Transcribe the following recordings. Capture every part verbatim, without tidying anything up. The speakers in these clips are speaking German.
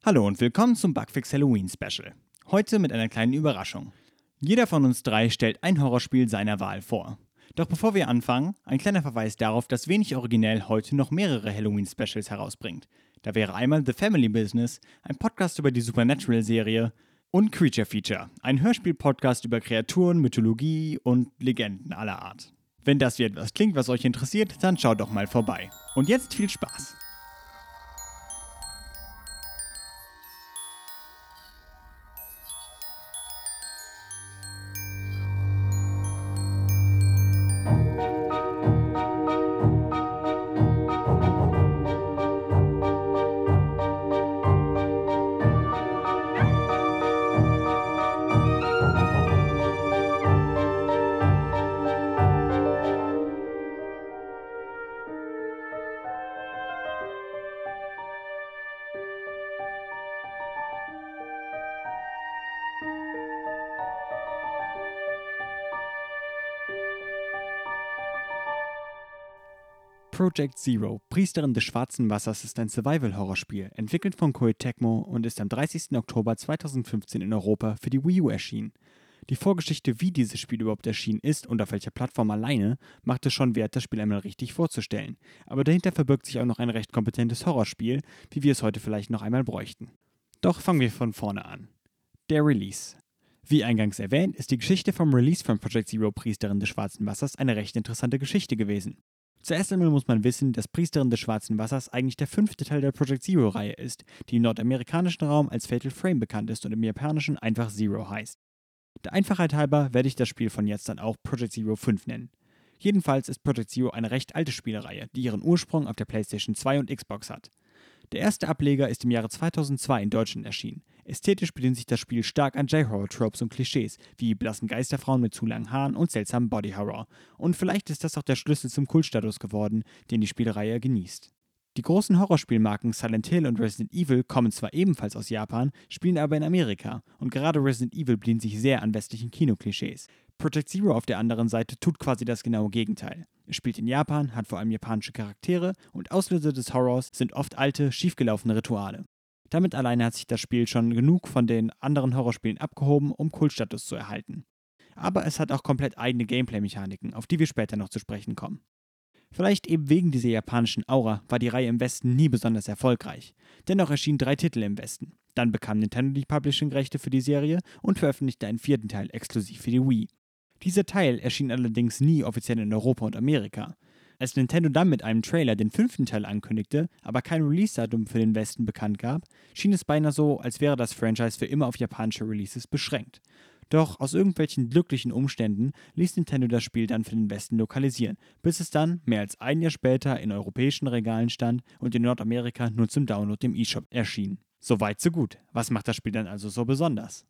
Hallo und willkommen zum Bugfix Halloween Special. Heute mit einer kleinen Überraschung. Jeder von uns drei stellt ein Horrorspiel seiner Wahl vor. Doch bevor wir anfangen, ein kleiner Verweis darauf, dass Wenig Originell heute noch mehrere Halloween Specials herausbringt. Da wäre einmal The Family Business, ein Podcast über die Supernatural-Serie, und Creature Feature, ein Hörspiel-Podcast über Kreaturen, Mythologie und Legenden aller Art. Wenn das wie etwas klingt, was euch interessiert, dann schaut doch mal vorbei. Und jetzt viel Spaß! Project Zero, Priesterin des Schwarzen Wassers, ist ein Survival-Horrorspiel, entwickelt von Koei Tecmo und ist am dreißigsten Oktober zweitausendfünfzehn in Europa für die Wii U erschienen. Die Vorgeschichte, wie dieses Spiel überhaupt erschienen ist und auf welcher Plattform alleine, macht es schon wert, das Spiel einmal richtig vorzustellen. Aber dahinter verbirgt sich auch noch ein recht kompetentes Horrorspiel, wie wir es heute vielleicht noch einmal bräuchten. Doch fangen wir von vorne an. Der Release. Wie eingangs erwähnt, ist die Geschichte vom Release von Project Zero, Priesterin des Schwarzen Wassers, eine recht interessante Geschichte gewesen. Zuerst einmal muss man wissen, dass Priesterin des Schwarzen Wassers eigentlich der fünfte Teil der Project Zero-Reihe ist, die im nordamerikanischen Raum als Fatal Frame bekannt ist und im japanischen einfach Zero heißt. Der Einfachheit halber werde ich das Spiel von jetzt an auch Project Zero fünf nennen. Jedenfalls ist Project Zero eine recht alte Spielereihe, die ihren Ursprung auf der PlayStation zwei und Xbox hat. Der erste Ableger ist im Jahre zweitausendzwei in Deutschland erschienen. Ästhetisch bedient sich das Spiel stark an J-Horror-Tropes und Klischees, wie blassen Geisterfrauen mit zu langen Haaren und seltsamen Body-Horror. Und vielleicht ist das auch der Schlüssel zum Kultstatus geworden, den die Spielreihe genießt. Die großen Horrorspielmarken Silent Hill und Resident Evil kommen zwar ebenfalls aus Japan, spielen aber in Amerika, und gerade Resident Evil bedient sich sehr an westlichen Kinoklischees. Project Zero auf der anderen Seite tut quasi das genaue Gegenteil. Es spielt in Japan, hat vor allem japanische Charaktere und Auslöser des Horrors sind oft alte, schiefgelaufene Rituale. Damit alleine hat sich das Spiel schon genug von den anderen Horrorspielen abgehoben, um Kultstatus zu erhalten. Aber es hat auch komplett eigene Gameplay-Mechaniken, auf die wir später noch zu sprechen kommen. Vielleicht eben wegen dieser japanischen Aura war die Reihe im Westen nie besonders erfolgreich. Dennoch erschienen drei Titel im Westen. Dann bekam Nintendo die Publishing-Rechte für die Serie und veröffentlichte einen vierten Teil exklusiv für die Wii. Dieser Teil erschien allerdings nie offiziell in Europa und Amerika. Als Nintendo dann mit einem Trailer den fünften Teil ankündigte, aber kein Release-Datum für den Westen bekannt gab, schien es beinahe so, als wäre das Franchise für immer auf japanische Releases beschränkt. Doch aus irgendwelchen glücklichen Umständen ließ Nintendo das Spiel dann für den Westen lokalisieren, bis es dann, mehr als ein Jahr später, in europäischen Regalen stand und in Nordamerika nur zum Download im eShop erschien. Soweit so gut. Was macht das Spiel dann also so besonders?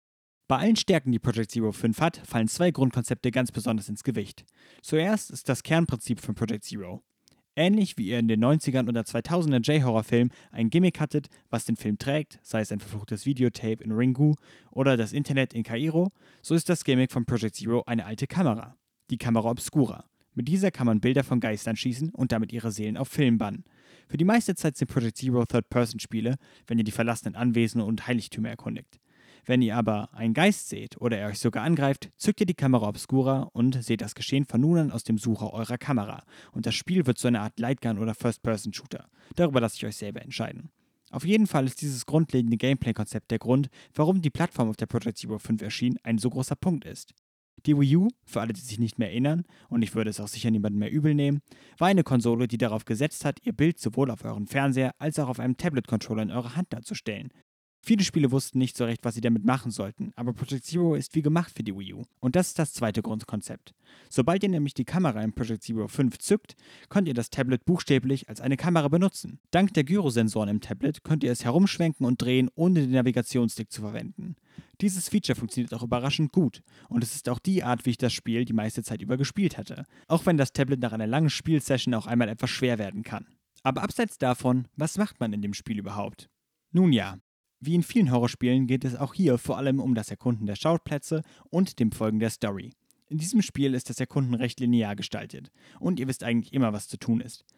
Bei allen Stärken, die Project Zero fünf hat, fallen zwei Grundkonzepte ganz besonders ins Gewicht. Zuerst ist das Kernprinzip von Project Zero. Ähnlich wie ihr in den neunzigern oder zweitausender J-Horror-Film ein Gimmick hattet, was den Film trägt, sei es ein verfluchtes Videotape in Ringu oder das Internet in Kairo, so ist das Gimmick von Project Zero eine alte Kamera. Die Camera Obscura. Mit dieser kann man Bilder von Geistern schießen und damit ihre Seelen auf Film bannen. Für die meiste Zeit sind Project Zero Third-Person-Spiele, wenn ihr die verlassenen Anwesen und Heiligtümer erkundigt. Wenn ihr aber einen Geist seht oder er euch sogar angreift, zückt ihr die Camera Obscura und seht das Geschehen von nun an aus dem Sucher eurer Kamera. Und das Spiel wird zu einer Art Lightgun oder First-Person-Shooter. Darüber lasst ihr euch selber entscheiden. Auf jeden Fall ist dieses grundlegende Gameplay-Konzept der Grund, warum die Plattform, auf der Project Zero fünf erschien, ein so großer Punkt ist. Die Wii U, für alle, die sich nicht mehr erinnern, und ich würde es auch sicher niemandem mehr übel nehmen, war eine Konsole, die darauf gesetzt hat, ihr Bild sowohl auf euren Fernseher als auch auf einem Tablet-Controller in eurer Hand darzustellen. Viele Spiele wussten nicht so recht, was sie damit machen sollten, aber Project Zero ist wie gemacht für die Wii U. Und das ist das zweite Grundkonzept. Sobald ihr nämlich die Kamera in Project Zero fünf zückt, könnt ihr das Tablet buchstäblich als eine Kamera benutzen. Dank der Gyrosensoren im Tablet könnt ihr es herumschwenken und drehen, ohne den Navigationsstick zu verwenden. Dieses Feature funktioniert auch überraschend gut und es ist auch die Art, wie ich das Spiel die meiste Zeit über gespielt hatte, auch wenn das Tablet nach einer langen Spielsession auch einmal etwas schwer werden kann. Aber abseits davon, was macht man in dem Spiel überhaupt? Nun ja, wie in vielen Horrorspielen geht es auch hier vor allem um das Erkunden der Schauplätze und dem Folgen der Story. In diesem Spiel ist das Erkunden recht linear gestaltet und ihr wisst eigentlich immer, was zu tun ist.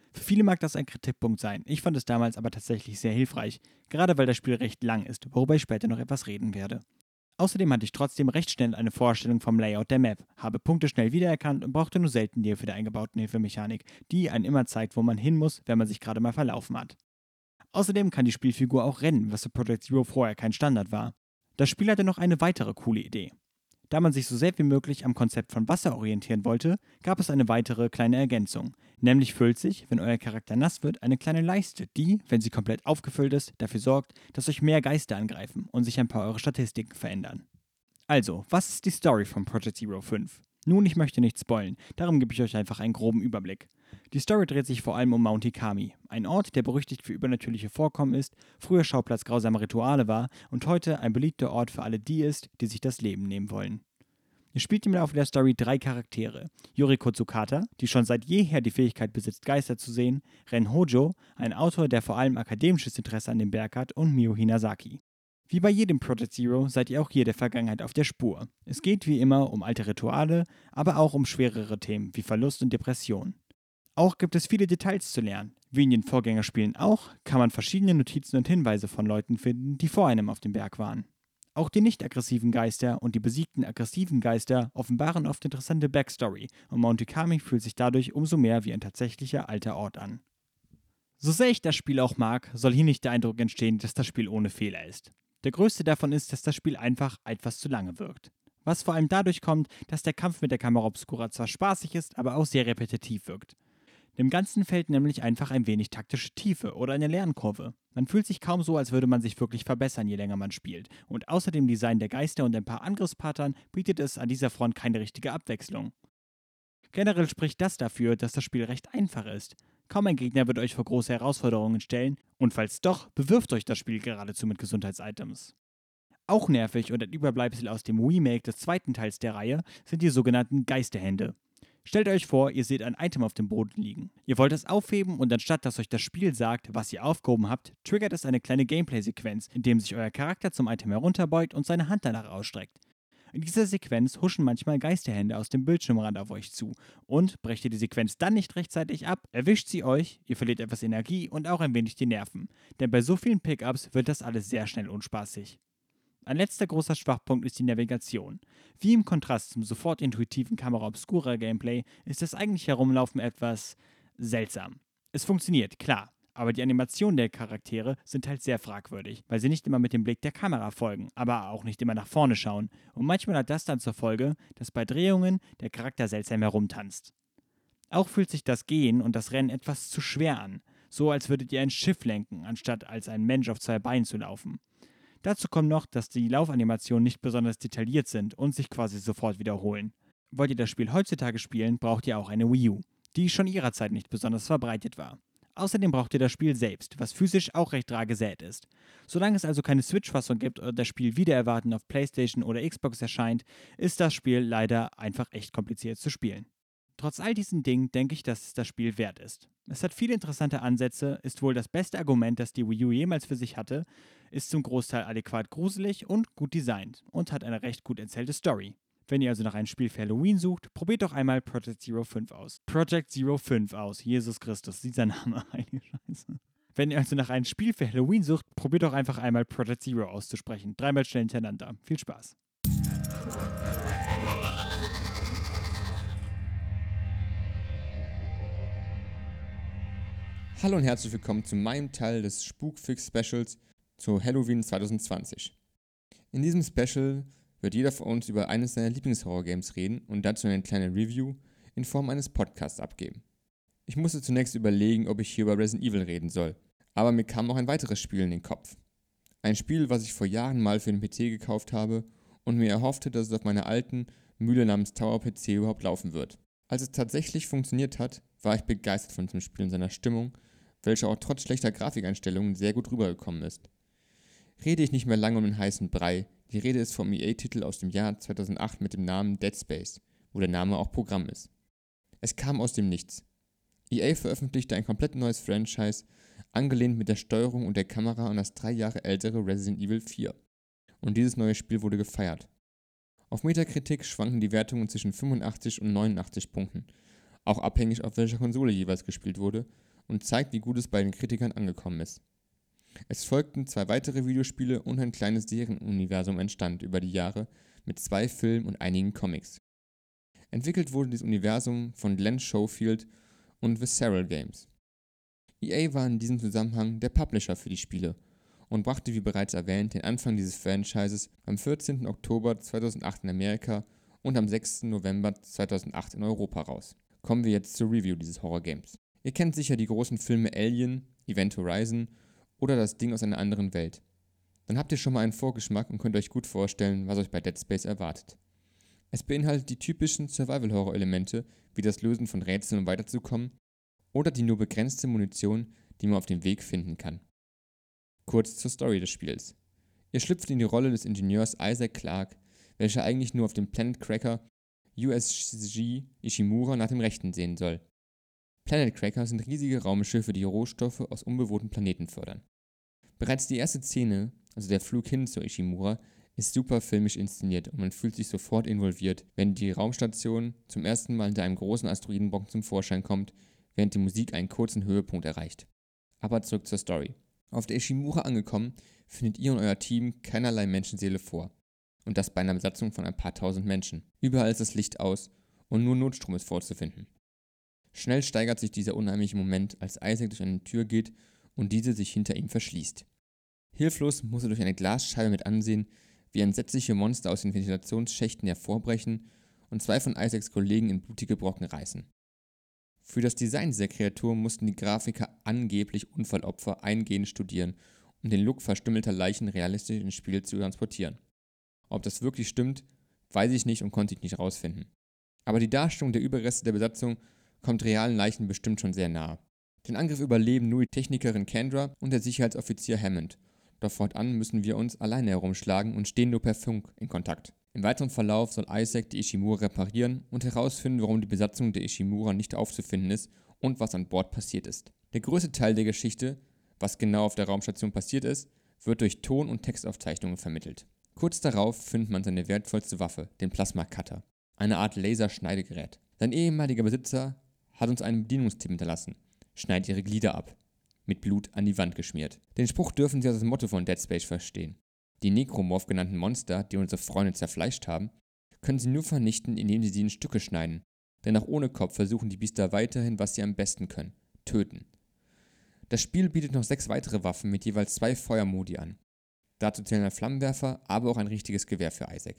Für viele mag das ein Kritikpunkt sein, ich fand es damals aber tatsächlich sehr hilfreich, gerade weil das Spiel recht lang ist, worüber ich später noch etwas reden werde. Außerdem hatte ich trotzdem recht schnell eine Vorstellung vom Layout der Map, habe Punkte schnell wiedererkannt und brauchte nur selten die Hilfe der eingebauten Hilfemechanik, die einen immer zeigt, wo man hin muss, wenn man sich gerade mal verlaufen hat. Außerdem kann die Spielfigur auch rennen, was für Project Zero vorher kein Standard war. Das Spiel hatte noch eine weitere coole Idee. Da man sich so sehr wie möglich am Konzept von Wasser orientieren wollte, gab es eine weitere kleine Ergänzung. Nämlich füllt sich, wenn euer Charakter nass wird, eine kleine Leiste, die, wenn sie komplett aufgefüllt ist, dafür sorgt, dass euch mehr Geister angreifen und sich ein paar eure Statistiken verändern. Also, was ist die Story von Project Zero fünf? Nun, ich möchte nicht spoilen, darum gebe ich euch einfach einen groben Überblick. Die Story dreht sich vor allem um Mount Ikami, ein Ort, der berüchtigt für übernatürliche Vorkommen ist, früher Schauplatz grausamer Rituale war und heute ein beliebter Ort für alle die ist, die sich das Leben nehmen wollen. Ihr spielt im Laufe der Story drei Charaktere. Yoriko Tsukata, die schon seit jeher die Fähigkeit besitzt, Geister zu sehen, Ren Hojo, ein Autor, der vor allem akademisches Interesse an dem Berg hat, und Mio Hinazaki. Wie bei jedem Project Zero seid ihr auch hier der Vergangenheit auf der Spur. Es geht wie immer um alte Rituale, aber auch um schwerere Themen wie Verlust und Depression. Auch gibt es viele Details zu lernen. Wie in den Vorgängerspielen auch, kann man verschiedene Notizen und Hinweise von Leuten finden, die vor einem auf dem Berg waren. Auch die nicht aggressiven Geister und die besiegten aggressiven Geister offenbaren oft interessante Backstory und Mount Ikami fühlt sich dadurch umso mehr wie ein tatsächlicher alter Ort an. So sehr ich das Spiel auch mag, soll hier nicht der Eindruck entstehen, dass das Spiel ohne Fehler ist. Der größte davon ist, dass das Spiel einfach etwas zu lange wirkt. Was vor allem dadurch kommt, dass der Kampf mit der Camera Obscura zwar spaßig ist, aber auch sehr repetitiv wirkt. Dem Ganzen fehlt nämlich einfach ein wenig taktische Tiefe oder eine Lernkurve. Man fühlt sich kaum so, als würde man sich wirklich verbessern, je länger man spielt. Und außer dem Design der Geister und ein paar Angriffspattern bietet es an dieser Front keine richtige Abwechslung. Generell spricht das dafür, dass das Spiel recht einfach ist. Kaum ein Gegner wird euch vor große Herausforderungen stellen und falls doch, bewirft euch das Spiel geradezu mit Gesundheitsitems. Auch nervig und ein Überbleibsel aus dem Remake des zweiten Teils der Reihe sind die sogenannten Geisterhände. Stellt euch vor, ihr seht ein Item auf dem Boden liegen. Ihr wollt es aufheben und anstatt dass euch das Spiel sagt, was ihr aufgehoben habt, triggert es eine kleine Gameplay-Sequenz, in dem sich euer Charakter zum Item herunterbeugt und seine Hand danach ausstreckt. In dieser Sequenz huschen manchmal Geisterhände aus dem Bildschirmrand auf euch zu. Und brecht ihr die Sequenz dann nicht rechtzeitig ab, erwischt sie euch, ihr verliert etwas Energie und auch ein wenig die Nerven. Denn bei so vielen Pickups wird das alles sehr schnell unspaßig. Ein letzter großer Schwachpunkt ist die Navigation. Wie im Kontrast zum sofort intuitiven Camera Obscura Gameplay ist das eigentliche Herumlaufen etwas seltsam. Es funktioniert, klar. Aber die Animationen der Charaktere sind halt sehr fragwürdig, weil sie nicht immer mit dem Blick der Kamera folgen, aber auch nicht immer nach vorne schauen. Und manchmal hat das dann zur Folge, dass bei Drehungen der Charakter seltsam herumtanzt. Auch fühlt sich das Gehen und das Rennen etwas zu schwer an, so als würdet ihr ein Schiff lenken, anstatt als ein Mensch auf zwei Beinen zu laufen. Dazu kommt noch, dass die Laufanimationen nicht besonders detailliert sind und sich quasi sofort wiederholen. Wollt ihr das Spiel heutzutage spielen, braucht ihr auch eine Wii U, die schon ihrer Zeit nicht besonders verbreitet war. Außerdem braucht ihr das Spiel selbst, was physisch auch recht rar gesät ist. Solange es also keine Switch-Fassung gibt oder das Spiel wieder erwarten auf PlayStation oder Xbox erscheint, ist das Spiel leider einfach echt kompliziert zu spielen. Trotz all diesen Dingen denke ich, dass es das Spiel wert ist. Es hat viele interessante Ansätze, ist wohl das beste Argument, das die Wii U jemals für sich hatte, ist zum Großteil adäquat gruselig und gut designt und hat eine recht gut erzählte Story. Wenn ihr also nach einem Spiel für Halloween sucht, probiert doch einmal Project Zero fünf aus. Project Zero fünf aus. Jesus Christus, dieser Name, heilige Scheiße. Wenn ihr also nach einem Spiel für Halloween sucht, probiert doch einfach einmal Project Zero auszusprechen. Dreimal schnell hintereinander. Viel Spaß. Hallo und herzlich willkommen zu meinem Teil des Spukfix-Specials zu Halloween zwanzig zwanzig. In diesem Special wird jeder von uns über eines seiner Lieblings-Horror-Games reden und dazu eine kleine Review in Form eines Podcasts abgeben. Ich musste zunächst überlegen, ob ich hier über Resident Evil reden soll, aber mir kam noch ein weiteres Spiel in den Kopf. Ein Spiel, was ich vor Jahren mal für den P C gekauft habe und mir erhoffte, dass es auf meiner alten Mühle namens Tower P C überhaupt laufen wird. Als es tatsächlich funktioniert hat, war ich begeistert von diesem Spiel und seiner Stimmung, welche auch trotz schlechter Grafikeinstellungen sehr gut rübergekommen ist. Rede ich nicht mehr lange um den heißen Brei, die Rede ist vom E A-Titel aus dem Jahr zweitausendacht mit dem Namen Dead Space, wo der Name auch Programm ist. Es kam aus dem Nichts. E A veröffentlichte ein komplett neues Franchise, angelehnt mit der Steuerung und der Kamera an das drei Jahre ältere Resident Evil vier. Und dieses neue Spiel wurde gefeiert. Auf Metacritic schwanken die Wertungen zwischen fünfundachtzig und neunundachtzig Punkten, auch abhängig auf welcher Konsole jeweils gespielt wurde, und zeigt, wie gut es bei den Kritikern angekommen ist. Es folgten zwei weitere Videospiele und ein kleines Serienuniversum entstand über die Jahre mit zwei Filmen und einigen Comics. Entwickelt wurde dieses Universum von Glenn Schofield und Visceral Games. E A war in diesem Zusammenhang der Publisher für die Spiele und brachte, wie bereits erwähnt, den Anfang dieses Franchises am vierzehnten Oktober zweitausendacht in Amerika und am sechsten November zweitausendacht in Europa raus. Kommen wir jetzt zur Review dieses Horror-Games. Ihr kennt sicher die großen Filme Alien, Event Horizon oder Das Ding aus einer anderen Welt. Dann habt ihr schon mal einen Vorgeschmack und könnt euch gut vorstellen, was euch bei Dead Space erwartet. Es beinhaltet die typischen Survival-Horror-Elemente, wie das Lösen von Rätseln, um weiterzukommen, oder die nur begrenzte Munition, die man auf dem Weg finden kann. Kurz zur Story des Spiels. Ihr schlüpft in die Rolle des Ingenieurs Isaac Clarke, welcher eigentlich nur auf dem Planet Cracker U S G Ishimura nach dem Rechten sehen soll. Planet Cracker sind riesige Raumschiffe, die Rohstoffe aus unbewohnten Planeten fördern. Bereits die erste Szene, also der Flug hin zu Ishimura, ist super filmisch inszeniert und man fühlt sich sofort involviert, wenn die Raumstation zum ersten Mal hinter einem großen Asteroidenbrocken zum Vorschein kommt, während die Musik einen kurzen Höhepunkt erreicht. Aber zurück zur Story. Auf der Ishimura angekommen, findet ihr und euer Team keinerlei Menschenseele vor. Und das bei einer Besatzung von ein paar tausend Menschen. Überall ist das Licht aus und nur Notstrom ist vorzufinden. Schnell steigert sich dieser unheimliche Moment, als Isaac durch eine Tür geht und diese sich hinter ihm verschließt. Hilflos muss er durch eine Glasscheibe mit ansehen, wie entsetzliche Monster aus den Ventilationsschächten hervorbrechen und zwei von Isaacs Kollegen in blutige Brocken reißen. Für das Design dieser Kreatur mussten die Grafiker angeblich Unfallopfer eingehend studieren, um den Look verstümmelter Leichen realistisch ins Spiel zu transportieren. Ob das wirklich stimmt, weiß ich nicht und konnte ich nicht rausfinden. Aber die Darstellung der Überreste der Besatzung kommt realen Leichen bestimmt schon sehr nahe. Den Angriff überleben nur die Technikerin Kendra und der Sicherheitsoffizier Hammond. Doch fortan müssen wir uns alleine herumschlagen und stehen nur per Funk in Kontakt. Im weiteren Verlauf soll Isaac die Ishimura reparieren und herausfinden, warum die Besatzung der Ishimura nicht aufzufinden ist und was an Bord passiert ist. Der größte Teil der Geschichte, was genau auf der Raumstation passiert ist, wird durch Ton- und Textaufzeichnungen vermittelt. Kurz darauf findet man seine wertvollste Waffe, den Plasma-Cutter, eine Art Laserschneidegerät. Sein ehemaliger Besitzer hat uns einen Bedienungstipp hinterlassen: Schneid ihre Glieder ab. Mit Blut an die Wand geschmiert. Den Spruch dürfen Sie als das Motto von Dead Space verstehen. Die Necromorph genannten Monster, die unsere Freunde zerfleischt haben, können sie nur vernichten, indem sie sie in Stücke schneiden. Denn auch ohne Kopf versuchen die Biester weiterhin, was sie am besten können: töten. Das Spiel bietet noch sechs weitere Waffen mit jeweils zwei Feuermodi an. Dazu zählen ein Flammenwerfer, aber auch ein richtiges Gewehr für Isaac.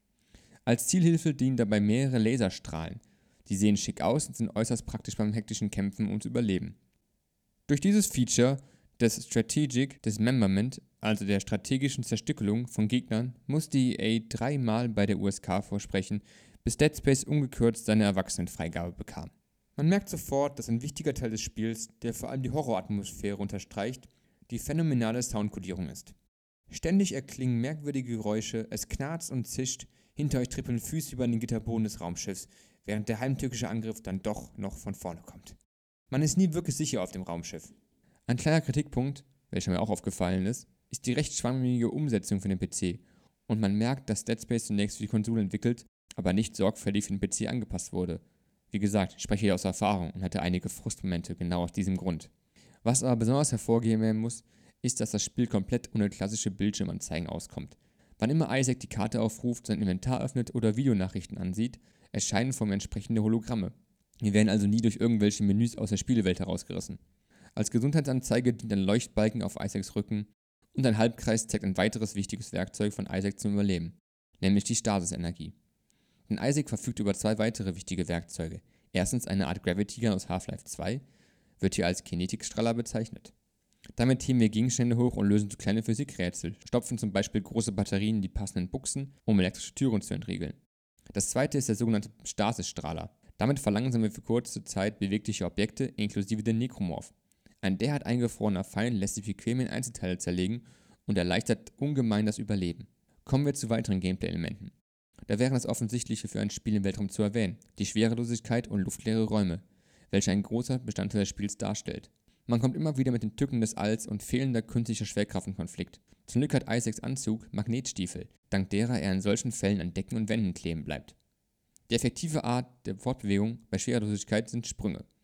Als Zielhilfe dienen dabei mehrere Laserstrahlen. Die sehen schick aus und sind äußerst praktisch beim hektischen Kämpfen und Überleben. Durch dieses Feature des Strategic Dismemberment, also der strategischen Zerstückelung von Gegnern, musste E A dreimal bei der U S K vorsprechen, bis Dead Space ungekürzt seine Erwachsenenfreigabe bekam. Man merkt sofort, dass ein wichtiger Teil des Spiels, der vor allem die Horroratmosphäre unterstreicht, die phänomenale Soundkodierung ist. Ständig erklingen merkwürdige Geräusche, es knarzt und zischt, hinter euch trippeln Füße über den Gitterboden des Raumschiffs, während der heimtückische Angriff dann doch noch von vorne kommt. Man ist nie wirklich sicher auf dem Raumschiff. Ein kleiner Kritikpunkt, welcher mir auch aufgefallen ist, ist die recht schwammige Umsetzung für den P C und man merkt, dass Dead Space zunächst für die Konsole entwickelt, aber nicht sorgfältig für den P C angepasst wurde. Wie gesagt, ich spreche hier aus Erfahrung und hatte einige Frustmomente genau aus diesem Grund. Was aber besonders hervorgehen werden muss, ist, dass das Spiel komplett ohne klassische Bildschirmanzeigen auskommt. Wann immer Isaac die Karte aufruft, sein Inventar öffnet oder Videonachrichten ansieht, erscheinen vom entsprechende Hologramme. Wir werden also nie durch irgendwelche Menüs aus der Spielewelt herausgerissen. Als Gesundheitsanzeige dient ein Leuchtbalken auf Isaacs Rücken und ein Halbkreis zeigt ein weiteres wichtiges Werkzeug von Isaac zum Überleben, nämlich die Stasis-Energie. Denn Isaac verfügt über zwei weitere wichtige Werkzeuge. Erstens eine Art Gravity Gun aus Half-Life zwei, wird hier als Kinetikstrahler bezeichnet. Damit heben wir Gegenstände hoch und lösen so kleine Physikrätsel, stopfen zum Beispiel große Batterien in die passenden Buchsen, um elektrische Türen zu entriegeln. Das zweite ist der sogenannte Stasis-Strahler. Damit verlangsamen wir für kurze Zeit bewegliche Objekte inklusive der Necromorph. Ein derart eingefrorener Feind lässt sich bequem in Einzelteile zerlegen und erleichtert ungemein das Überleben. Kommen wir zu weiteren Gameplay-Elementen. Da wäre das Offensichtliche für ein Spiel im Weltraum zu erwähnen: die Schwerelosigkeit und luftleere Räume, welche ein großer Bestandteil des Spiels darstellt. Man kommt immer wieder mit den Tücken des Alls und fehlender künstlicher Schwerkraft in Konflikt. Zum Glück hat Isaacs Anzug Magnetstiefel, dank derer er in solchen Fällen an Decken und Wänden kleben bleibt. Die effektive Art der Fortbewegung bei Schwerelosigkeit sind Sprünge.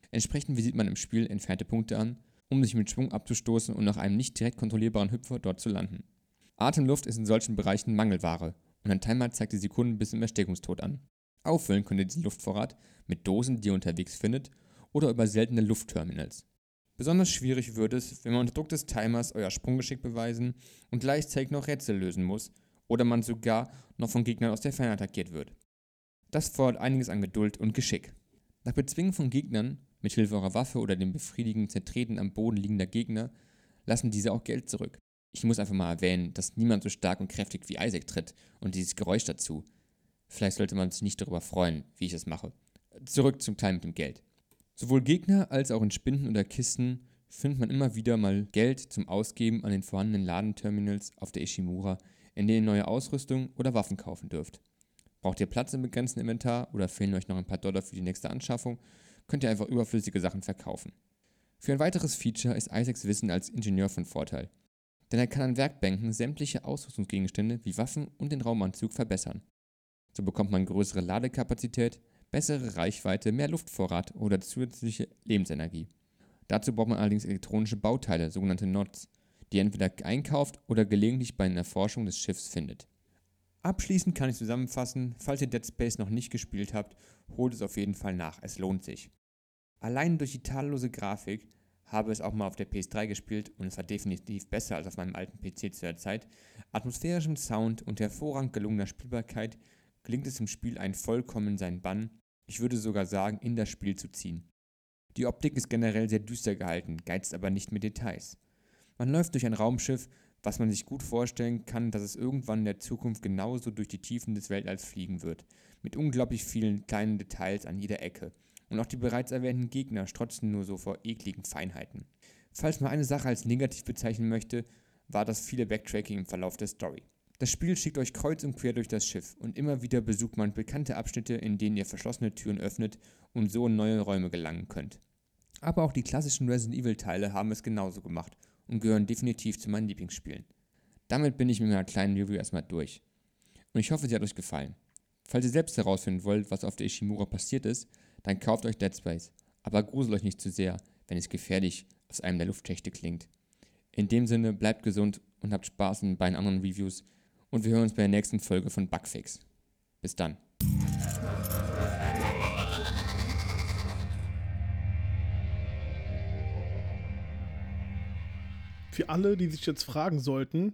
Entsprechend visiert man im Spiel entfernte Punkte an, um sich mit Schwung abzustoßen und nach einem nicht direkt kontrollierbaren Hüpfer dort zu landen. Atemluft ist in solchen Bereichen Mangelware und ein Timer zeigt die Sekunden bis zum Erstickungstod an. Auffüllen könnt ihr diesen Luftvorrat mit Dosen, die ihr unterwegs findet, oder über seltene Luftterminals. Besonders schwierig wird es, wenn man unter Druck des Timers euer Sprunggeschick beweisen und gleichzeitig noch Rätsel lösen muss oder man sogar noch von Gegnern aus der Ferne attackiert wird. Das fordert einiges an Geduld und Geschick. Nach Bezwingen von Gegnern, mit Hilfe eurer Waffe oder dem befriedigenden Zertreten am Boden liegender Gegner, lassen diese auch Geld zurück. Ich muss einfach mal erwähnen, dass niemand so stark und kräftig wie Isaac tritt und dieses Geräusch dazu. Vielleicht sollte man sich nicht darüber freuen, wie ich es mache. Zurück zum Teil mit dem Geld. Sowohl Gegner als auch in Spinden oder Kisten findet man immer wieder mal Geld zum Ausgeben an den vorhandenen Ladenterminals auf der Ishimura, in denen ihr neue Ausrüstung oder Waffen kaufen dürft. Braucht ihr Platz im begrenzten Inventar oder fehlen euch noch ein paar Dollar für die nächste Anschaffung, könnt ihr einfach überflüssige Sachen verkaufen. Für ein weiteres Feature ist Isaacs Wissen als Ingenieur von Vorteil, denn er kann an Werkbänken sämtliche Ausrüstungsgegenstände wie Waffen und den Raumanzug verbessern. So bekommt man größere Ladekapazität, bessere Reichweite, mehr Luftvorrat oder zusätzliche Lebensenergie. Dazu braucht man allerdings elektronische Bauteile, sogenannte Nods, die ihr entweder einkauft oder gelegentlich bei einer Erforschung des Schiffs findet. Abschließend kann ich zusammenfassen, falls ihr Dead Space noch nicht gespielt habt, holt es auf jeden Fall nach, es lohnt sich. Allein durch die tadellose Grafik, habe es auch mal auf der P S drei gespielt und es war definitiv besser als auf meinem alten P C zu der Zeit, atmosphärischem Sound und hervorragend gelungener Spielbarkeit gelingt es im Spiel einen vollkommen in seinen Bann, ich würde sogar sagen, in das Spiel zu ziehen. Die Optik ist generell sehr düster gehalten, geizt aber nicht mit Details. Man läuft durch ein Raumschiff, was man sich gut vorstellen kann, dass es irgendwann in der Zukunft genauso durch die Tiefen des Weltalls fliegen wird, mit unglaublich vielen kleinen Details an jeder Ecke. Und auch die bereits erwähnten Gegner strotzen nur so vor ekligen Feinheiten. Falls man eine Sache als negativ bezeichnen möchte, war das viele Backtracking im Verlauf der Story. Das Spiel schickt euch kreuz und quer durch das Schiff und immer wieder besucht man bekannte Abschnitte, in denen ihr verschlossene Türen öffnet und so in neue Räume gelangen könnt. Aber auch die klassischen Resident Evil Teile haben es genauso gemacht und gehören definitiv zu meinen Lieblingsspielen. Damit bin ich mit meiner kleinen Review erstmal durch. Und ich hoffe, sie hat euch gefallen. Falls ihr selbst herausfinden wollt, was auf der Ishimura passiert ist, dann kauft euch Dead Space. Aber gruselt euch nicht zu sehr, wenn es gefährlich aus einem der Luftschächte klingt. In dem Sinne, bleibt gesund und habt Spaß in beiden anderen Reviews. Und wir hören uns bei der nächsten Folge von Bugfix. Bis dann. Für alle, die sich jetzt fragen sollten,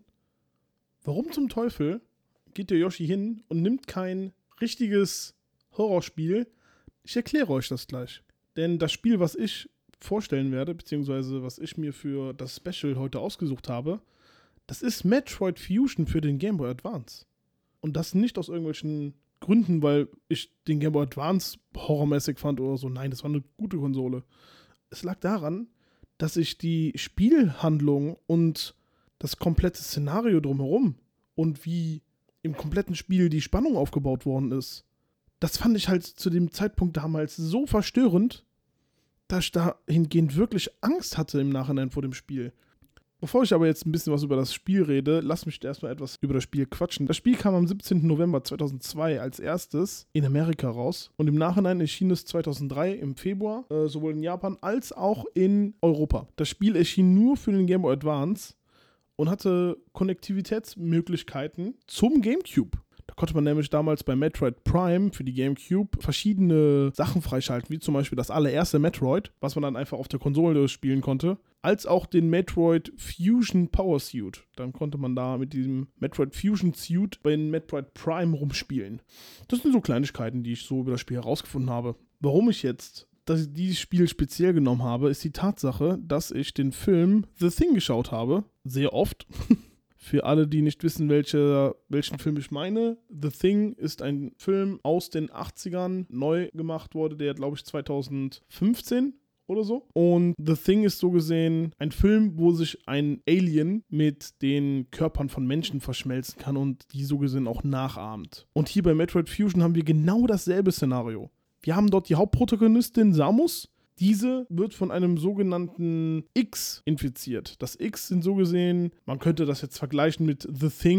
warum zum Teufel geht der Yoshi hin und nimmt kein richtiges Horrorspiel? Ich erkläre euch das gleich. Denn das Spiel, was ich vorstellen werde, beziehungsweise was ich mir für das Special heute ausgesucht habe, das ist Metroid Fusion für den Game Boy Advance. Und das nicht aus irgendwelchen Gründen, weil ich den Game Boy Advance horrormäßig fand oder so. Nein, das war eine gute Konsole. Es lag daran, dass ich die Spielhandlung und das komplette Szenario drumherum und wie im kompletten Spiel die Spannung aufgebaut worden ist, das fand ich halt zu dem Zeitpunkt damals so verstörend, dass ich dahingehend wirklich Angst hatte im Nachhinein vor dem Spiel. Bevor ich aber jetzt ein bisschen was über das Spiel rede, lass mich erstmal etwas über das Spiel quatschen. Das Spiel kam am siebzehnten November zweitausendzwei als erstes in Amerika raus und im Nachhinein erschien es zweitausenddrei im Februar, äh, sowohl in Japan als auch in Europa. Das Spiel erschien nur für den Game Boy Advance und hatte Konnektivitätsmöglichkeiten zum GameCube. Da konnte man nämlich damals bei Metroid Prime für die GameCube verschiedene Sachen freischalten, wie zum Beispiel das allererste Metroid, was man dann einfach auf der Konsole spielen konnte, als auch den Metroid Fusion Power Suit. Dann konnte man da mit diesem Metroid Fusion Suit bei den Metroid Prime rumspielen. Das sind so Kleinigkeiten, die ich so über das Spiel herausgefunden habe. Warum ich jetzt dass ich dieses Spiel speziell genommen habe, ist die Tatsache, dass ich den Film The Thing geschaut habe. Sehr oft. Für alle, die nicht wissen, welche, welchen Film ich meine, The Thing ist ein Film aus den achtzigern, neu gemacht wurde, der glaube ich zweitausendfünfzehn oder so. Und The Thing ist so gesehen ein Film, wo sich ein Alien mit den Körpern von Menschen verschmelzen kann und die so gesehen auch nachahmt. Und hier bei Metroid Fusion haben wir genau dasselbe Szenario. Wir haben dort die Hauptprotagonistin Samus. Diese wird von einem sogenannten X infiziert. Das X sind so gesehen, man könnte das jetzt vergleichen mit The Thing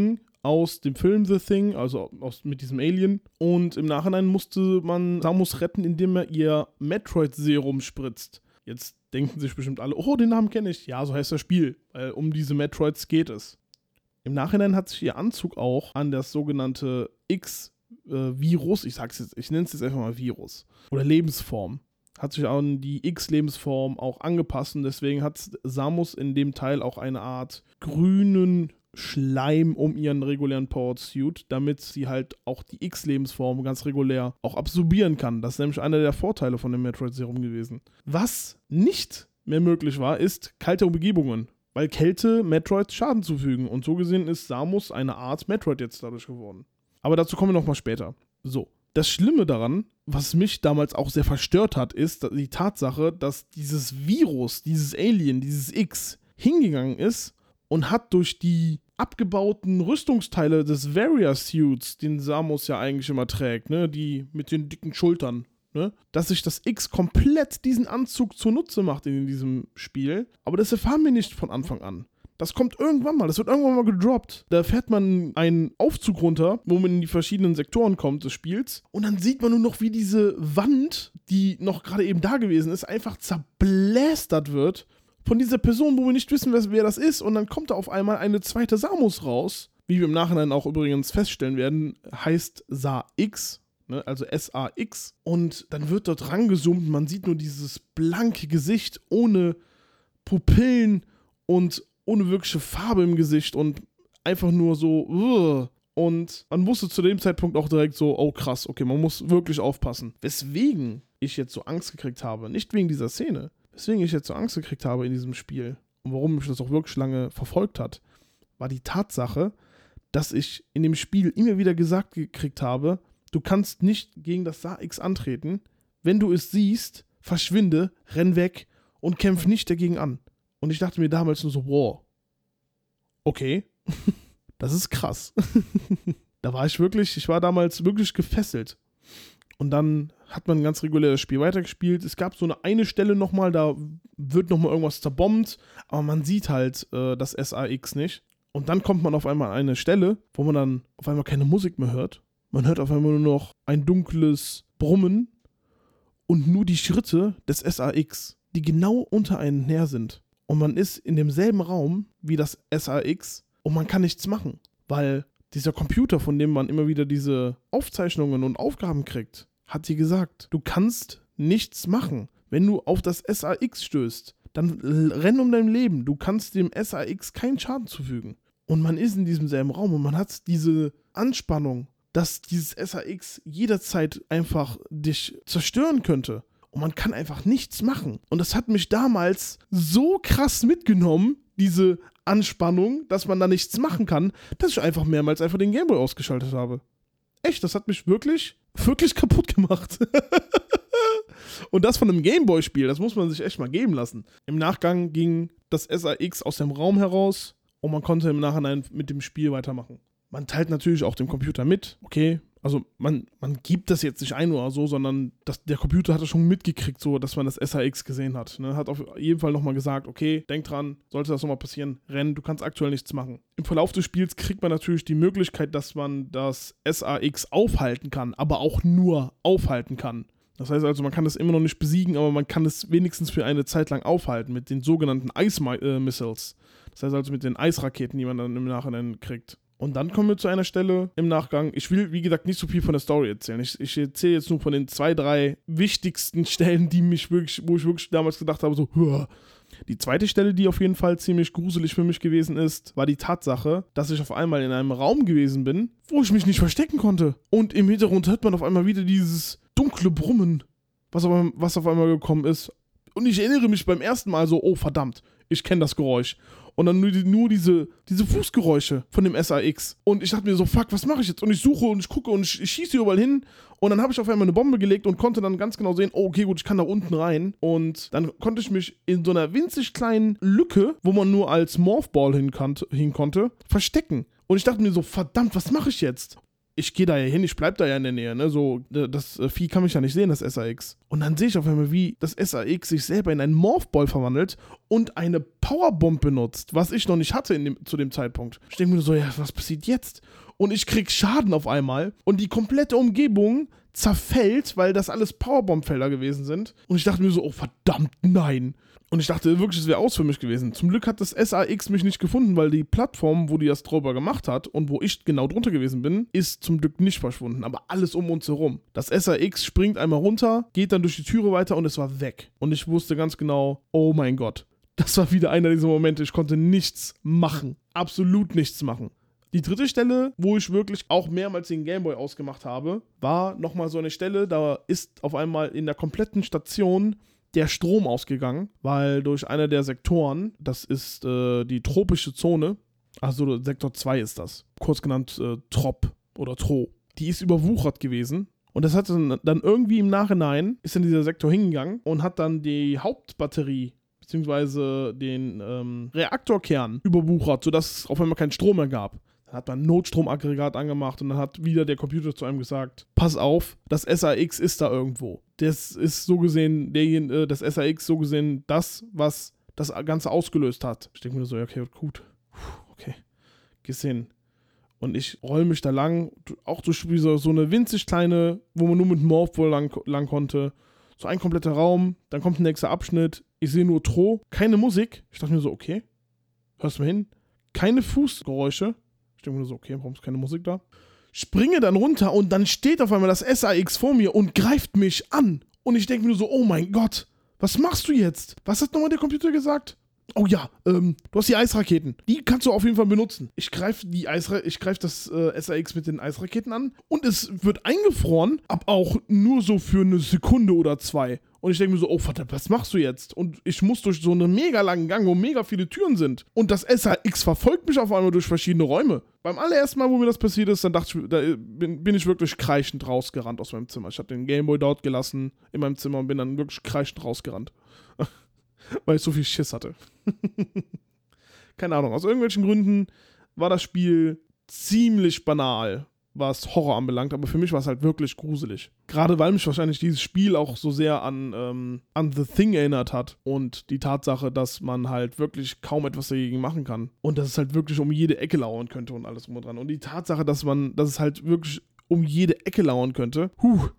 aus dem Film The Thing, also aus, mit diesem Alien. Und im Nachhinein musste man Samus retten, indem er ihr Metroid-Serum spritzt. Jetzt denken sich bestimmt alle, oh, den Namen kenne ich. Ja, so heißt das Spiel, weil um diese Metroids geht es. Im Nachhinein hat sich ihr Anzug auch an das sogenannte X-Virus, ich sag's jetzt, ich nenne es jetzt einfach mal Virus, oder Lebensform, hat sich an die X-Lebensform auch angepasst und deswegen hat Samus in dem Teil auch eine Art grünen Schleim um ihren regulären Powered Suit, damit sie halt auch die X-Lebensform ganz regulär auch absorbieren kann. Das ist nämlich einer der Vorteile von dem Metroid-Serum gewesen. Was nicht mehr möglich war, ist kalte Umgebungen, weil Kälte Metroids Schaden zufügen und so gesehen ist Samus eine Art Metroid jetzt dadurch geworden. Aber dazu kommen wir nochmal später. So, das Schlimme daran, was mich damals auch sehr verstört hat, ist die Tatsache, dass dieses Virus, dieses Alien, dieses X hingegangen ist und hat durch die abgebauten Rüstungsteile des Varia-Suits, den Samus ja eigentlich immer trägt, ne, die mit den dicken Schultern, ne, dass sich das X komplett diesen Anzug zunutze macht in diesem Spiel. Aber das erfahren wir nicht von Anfang an. Das kommt irgendwann mal, das wird irgendwann mal gedroppt. Da fährt man einen Aufzug runter, wo man in die verschiedenen Sektoren kommt des Spiels. Und dann sieht man nur noch, wie diese Wand, die noch gerade eben da gewesen ist, einfach zerblästert wird von dieser Person, wo wir nicht wissen, wer das ist. Und dann kommt da auf einmal eine zweite Samus raus. Wie wir im Nachhinein auch übrigens feststellen werden, heißt Sa-X, ne, also S A X. Und dann wird dort rangezoomt, man sieht nur dieses blanke Gesicht ohne Pupillen und ohne wirkliche Farbe im Gesicht und einfach nur so, uh. Und man wusste zu dem Zeitpunkt auch direkt so, oh krass, okay, man muss wirklich aufpassen. Weswegen ich jetzt so Angst gekriegt habe, nicht wegen dieser Szene, weswegen ich jetzt so Angst gekriegt habe in diesem Spiel und warum mich das auch wirklich lange verfolgt hat, war die Tatsache, dass ich in dem Spiel immer wieder gesagt gekriegt habe, du kannst nicht gegen das Sa-X antreten, wenn du es siehst, verschwinde, renn weg und kämpf nicht dagegen an. Und ich dachte mir damals nur so, wow, okay, das ist krass. Da war ich wirklich, ich war damals wirklich gefesselt. Und dann hat man ein ganz reguläres Spiel weitergespielt. Es gab so eine eine Stelle nochmal, da wird nochmal irgendwas zerbombt, aber man sieht halt äh, das S A X nicht. Und dann kommt man auf einmal an eine Stelle, wo man dann auf einmal keine Musik mehr hört. Man hört auf einmal nur noch ein dunkles Brummen und nur die Schritte des S A X, die genau unter einem her sind. Und man ist in demselben Raum wie das S A X und man kann nichts machen, weil dieser Computer, von dem man immer wieder diese Aufzeichnungen und Aufgaben kriegt, hat dir gesagt, du kannst nichts machen. Wenn du auf das S A X stößt, dann renn um dein Leben. Du kannst dem S A X keinen Schaden zufügen. Und man ist in diesem selben Raum und man hat diese Anspannung, dass dieses S A X jederzeit einfach dich zerstören könnte. Und man kann einfach nichts machen. Und das hat mich damals so krass mitgenommen, diese Anspannung, dass man da nichts machen kann, dass ich einfach mehrmals einfach den Gameboy ausgeschaltet habe. Echt, das hat mich wirklich, wirklich kaputt gemacht. Und das von einem Gameboy-Spiel, das muss man sich echt mal geben lassen. Im Nachgang ging das S A X aus dem Raum heraus und man konnte im Nachhinein mit dem Spiel weitermachen. Man teilt natürlich auch dem Computer mit, okay, also man, man gibt das jetzt nicht ein oder so, sondern das, der Computer hat das schon mitgekriegt, so, dass man das S A X gesehen hat. Ne? Hat auf jeden Fall nochmal gesagt, okay, denk dran, sollte das nochmal passieren, renn, du kannst aktuell nichts machen. Im Verlauf des Spiels kriegt man natürlich die Möglichkeit, dass man das S A X aufhalten kann, aber auch nur aufhalten kann. Das heißt also, man kann das immer noch nicht besiegen, aber man kann es wenigstens für eine Zeit lang aufhalten mit den sogenannten Ice äh, Missiles. Das heißt also mit den Eisraketen, die man dann im Nachhinein kriegt. Und dann kommen wir zu einer Stelle im Nachgang. Ich will, wie gesagt, nicht so viel von der Story erzählen. Ich, ich erzähle jetzt nur von den zwei, drei wichtigsten Stellen, die mich wirklich, wo ich wirklich damals gedacht habe, so, Hua. Die zweite Stelle, die auf jeden Fall ziemlich gruselig für mich gewesen ist, war die Tatsache, dass ich auf einmal in einem Raum gewesen bin, wo ich mich nicht verstecken konnte. Und im Hintergrund hört man auf einmal wieder dieses dunkle Brummen, was auf, was auf einmal gekommen ist. Und ich erinnere mich beim ersten Mal so, oh verdammt, ich kenne das Geräusch. Und dann nur, die, nur diese, diese Fußgeräusche von dem S A X. Und ich dachte mir so, fuck, was mache ich jetzt? Und ich suche und ich gucke und ich, ich schieße überall hin. Und dann habe ich auf einmal eine Bombe gelegt und konnte dann ganz genau sehen, oh, okay, gut, ich kann da unten rein. Und dann konnte ich mich in so einer winzig kleinen Lücke, wo man nur als Morphball hin, hin konnte, verstecken. Und ich dachte mir so, verdammt, was mache ich jetzt? Ich gehe da ja hin, ich bleib da ja in der Nähe, ne, so, das Vieh kann mich ja nicht sehen, das S A X. Und dann sehe ich auf einmal, wie das S A X sich selber in einen Morphball verwandelt und eine Powerbomb benutzt, was ich noch nicht hatte in dem, zu dem Zeitpunkt. Ich denke mir so, ja, was passiert jetzt? Und ich krieg Schaden auf einmal und die komplette Umgebung zerfällt, weil das alles Powerbomb-Felder gewesen sind. Und ich dachte mir so, oh verdammt, nein. Und ich dachte wirklich, es wäre aus für mich gewesen. Zum Glück hat das S A X mich nicht gefunden, weil die Plattform, wo die das drüber gemacht hat und wo ich genau drunter gewesen bin, ist zum Glück nicht verschwunden. Aber alles um uns herum. Das S A X springt einmal runter, geht dann durch die Türe weiter und es war weg. Und ich wusste ganz genau, oh mein Gott. Das war wieder einer dieser Momente, ich konnte nichts machen. Absolut nichts machen. Die dritte Stelle, wo ich wirklich auch mehrmals den Gameboy ausgemacht habe, war nochmal so eine Stelle, da ist auf einmal in der kompletten Station der Strom ausgegangen, weil durch einer der Sektoren, das ist äh, die tropische Zone, also Sektor zwei ist das, kurz genannt äh, Trop oder Tro, die ist überwuchert gewesen. Und das hat dann, dann irgendwie im Nachhinein, ist in dieser Sektor hingegangen und hat dann die Hauptbatterie beziehungsweise den ähm, Reaktorkern überwuchert, sodass es auf einmal keinen Strom mehr gab. Dann hat man ein Notstromaggregat angemacht und dann hat wieder der Computer zu einem gesagt, pass auf, das S A X ist da irgendwo. Das ist so gesehen, derjenige, das S A X so gesehen das, was das Ganze ausgelöst hat. Ich denke mir so, okay, gut, okay, gehst hin. Und ich roll mich da lang, auch durch so, so eine winzig kleine, wo man nur mit Morphball lang, lang konnte. So ein kompletter Raum, dann kommt ein nächster Abschnitt, ich sehe nur Tro, keine Musik. Ich dachte mir so, okay, hörst du mal hin? Keine Fußgeräusche. Ich denke mir so, okay, warum ist keine Musik da? Springe dann runter und dann steht auf einmal das S A X vor mir und greift mich an. Und ich denke mir nur so, oh mein Gott, was machst du jetzt? Was hat nochmal der Computer gesagt? Oh ja, ähm, du hast die Eisraketen. Die kannst du auf jeden Fall benutzen. Ich greife die Eisra- ich greife das äh, S A X mit den Eisraketen an und es wird eingefroren, aber auch nur so für eine Sekunde oder zwei. Und ich denke mir so, oh verdammt, was machst du jetzt? Und ich muss durch so einen mega langen Gang, wo mega viele Türen sind. Und das S A X verfolgt mich auf einmal durch verschiedene Räume. Beim allerersten Mal, wo mir das passiert ist, dann dachte ich, da bin, bin ich wirklich kreischend rausgerannt aus meinem Zimmer. Ich habe den Gameboy dort gelassen in meinem Zimmer und bin dann wirklich kreischend rausgerannt. Weil ich so viel Schiss hatte. Keine Ahnung, aus irgendwelchen Gründen war das Spiel ziemlich banal, was Horror anbelangt, aber für mich war es halt wirklich gruselig. Gerade weil mich wahrscheinlich dieses Spiel auch so sehr an, ähm, an The Thing erinnert hat und die Tatsache, dass man halt wirklich kaum etwas dagegen machen kann und dass es halt wirklich um jede Ecke lauern könnte und alles drum und dran. Und die Tatsache, dass man, dass es halt wirklich um jede Ecke lauern könnte, huh,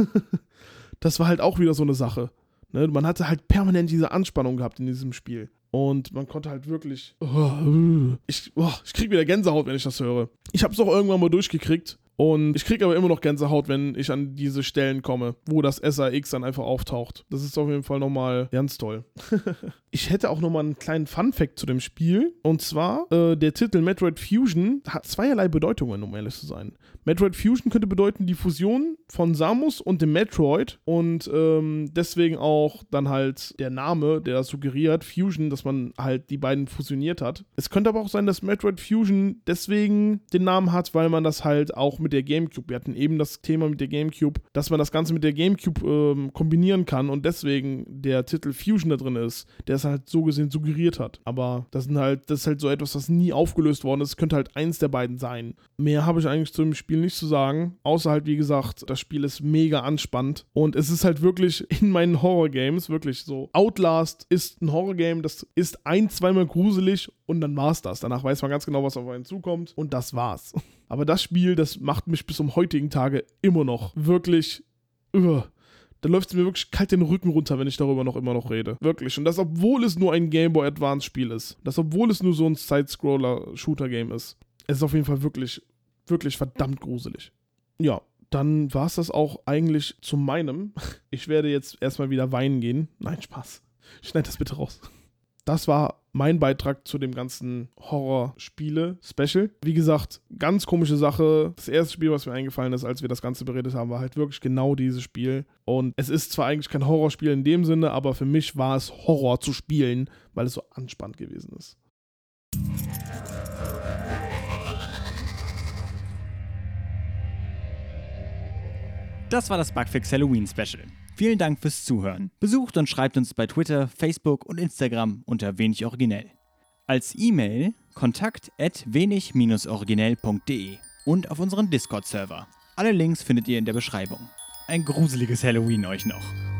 das war halt auch wieder so eine Sache. Ne, man hatte halt permanent diese Anspannung gehabt in diesem Spiel. Und man konnte halt wirklich... Oh, ich, oh, ich krieg wieder Gänsehaut, wenn ich das höre. Ich hab's auch irgendwann mal durchgekriegt. Und ich kriege aber immer noch Gänsehaut, wenn ich an diese Stellen komme, wo das S A X dann einfach auftaucht. Das ist auf jeden Fall nochmal ganz toll. Ich hätte auch nochmal einen kleinen Fun-Fact zu dem Spiel. Und zwar, äh, der Titel Metroid Fusion hat zweierlei Bedeutungen, um ehrlich zu sein. Metroid Fusion könnte bedeuten die Fusion von Samus und dem Metroid. Und ähm, deswegen auch dann halt der Name, der das suggeriert, Fusion, dass man halt die beiden fusioniert hat. Es könnte aber auch sein, dass Metroid Fusion deswegen den Namen hat, weil man das halt auch mit der GameCube, wir hatten eben das Thema mit der GameCube, dass man das Ganze mit der GameCube ähm, kombinieren kann und deswegen der Titel Fusion da drin ist, der es halt so gesehen suggeriert hat. Aber das sind halt, das ist halt so etwas, was nie aufgelöst worden ist. Es könnte halt eins der beiden sein. Mehr habe ich eigentlich zu dem Spiel nicht zu sagen, außer halt, wie gesagt, das Spiel ist mega anspannend und es ist halt wirklich in meinen Horror-Games wirklich so. Outlast ist ein Horror-Game, das ist ein-, zweimal gruselig und dann war's das. Danach weiß man ganz genau, was auf einen zukommt und das war's. Aber das Spiel, das macht mich bis zum heutigen Tage immer noch wirklich, uh, da läuft es mir wirklich kalt den Rücken runter, wenn ich darüber noch immer noch rede. Wirklich. Und das, obwohl es nur ein Game Boy Advance Spiel ist. Das, obwohl es nur so ein Side-Scroller-Shooter-Game ist. Es ist auf jeden Fall wirklich, wirklich verdammt gruselig. Ja, dann war es das auch eigentlich zu meinem. Ich werde jetzt erstmal wieder weinen gehen. Nein, Spaß. Schneid das bitte raus. Das war mein Beitrag zu dem ganzen Horror-Spiele-Special. Wie gesagt, ganz komische Sache. Das erste Spiel, was mir eingefallen ist, als wir das Ganze beredet haben, war halt wirklich genau dieses Spiel. Und es ist zwar eigentlich kein Horrorspiel in dem Sinne, aber für mich war es Horror zu spielen, weil es so anspannend gewesen ist. Das war das Bugfix Halloween Special. Vielen Dank fürs Zuhören. Besucht und schreibt uns bei Twitter, Facebook und Instagram unter wenig originell. Als E-Mail kontakt at wenig originell punkt de und auf unserem Discord-Server. Alle Links findet ihr in der Beschreibung. Ein gruseliges Halloween euch noch.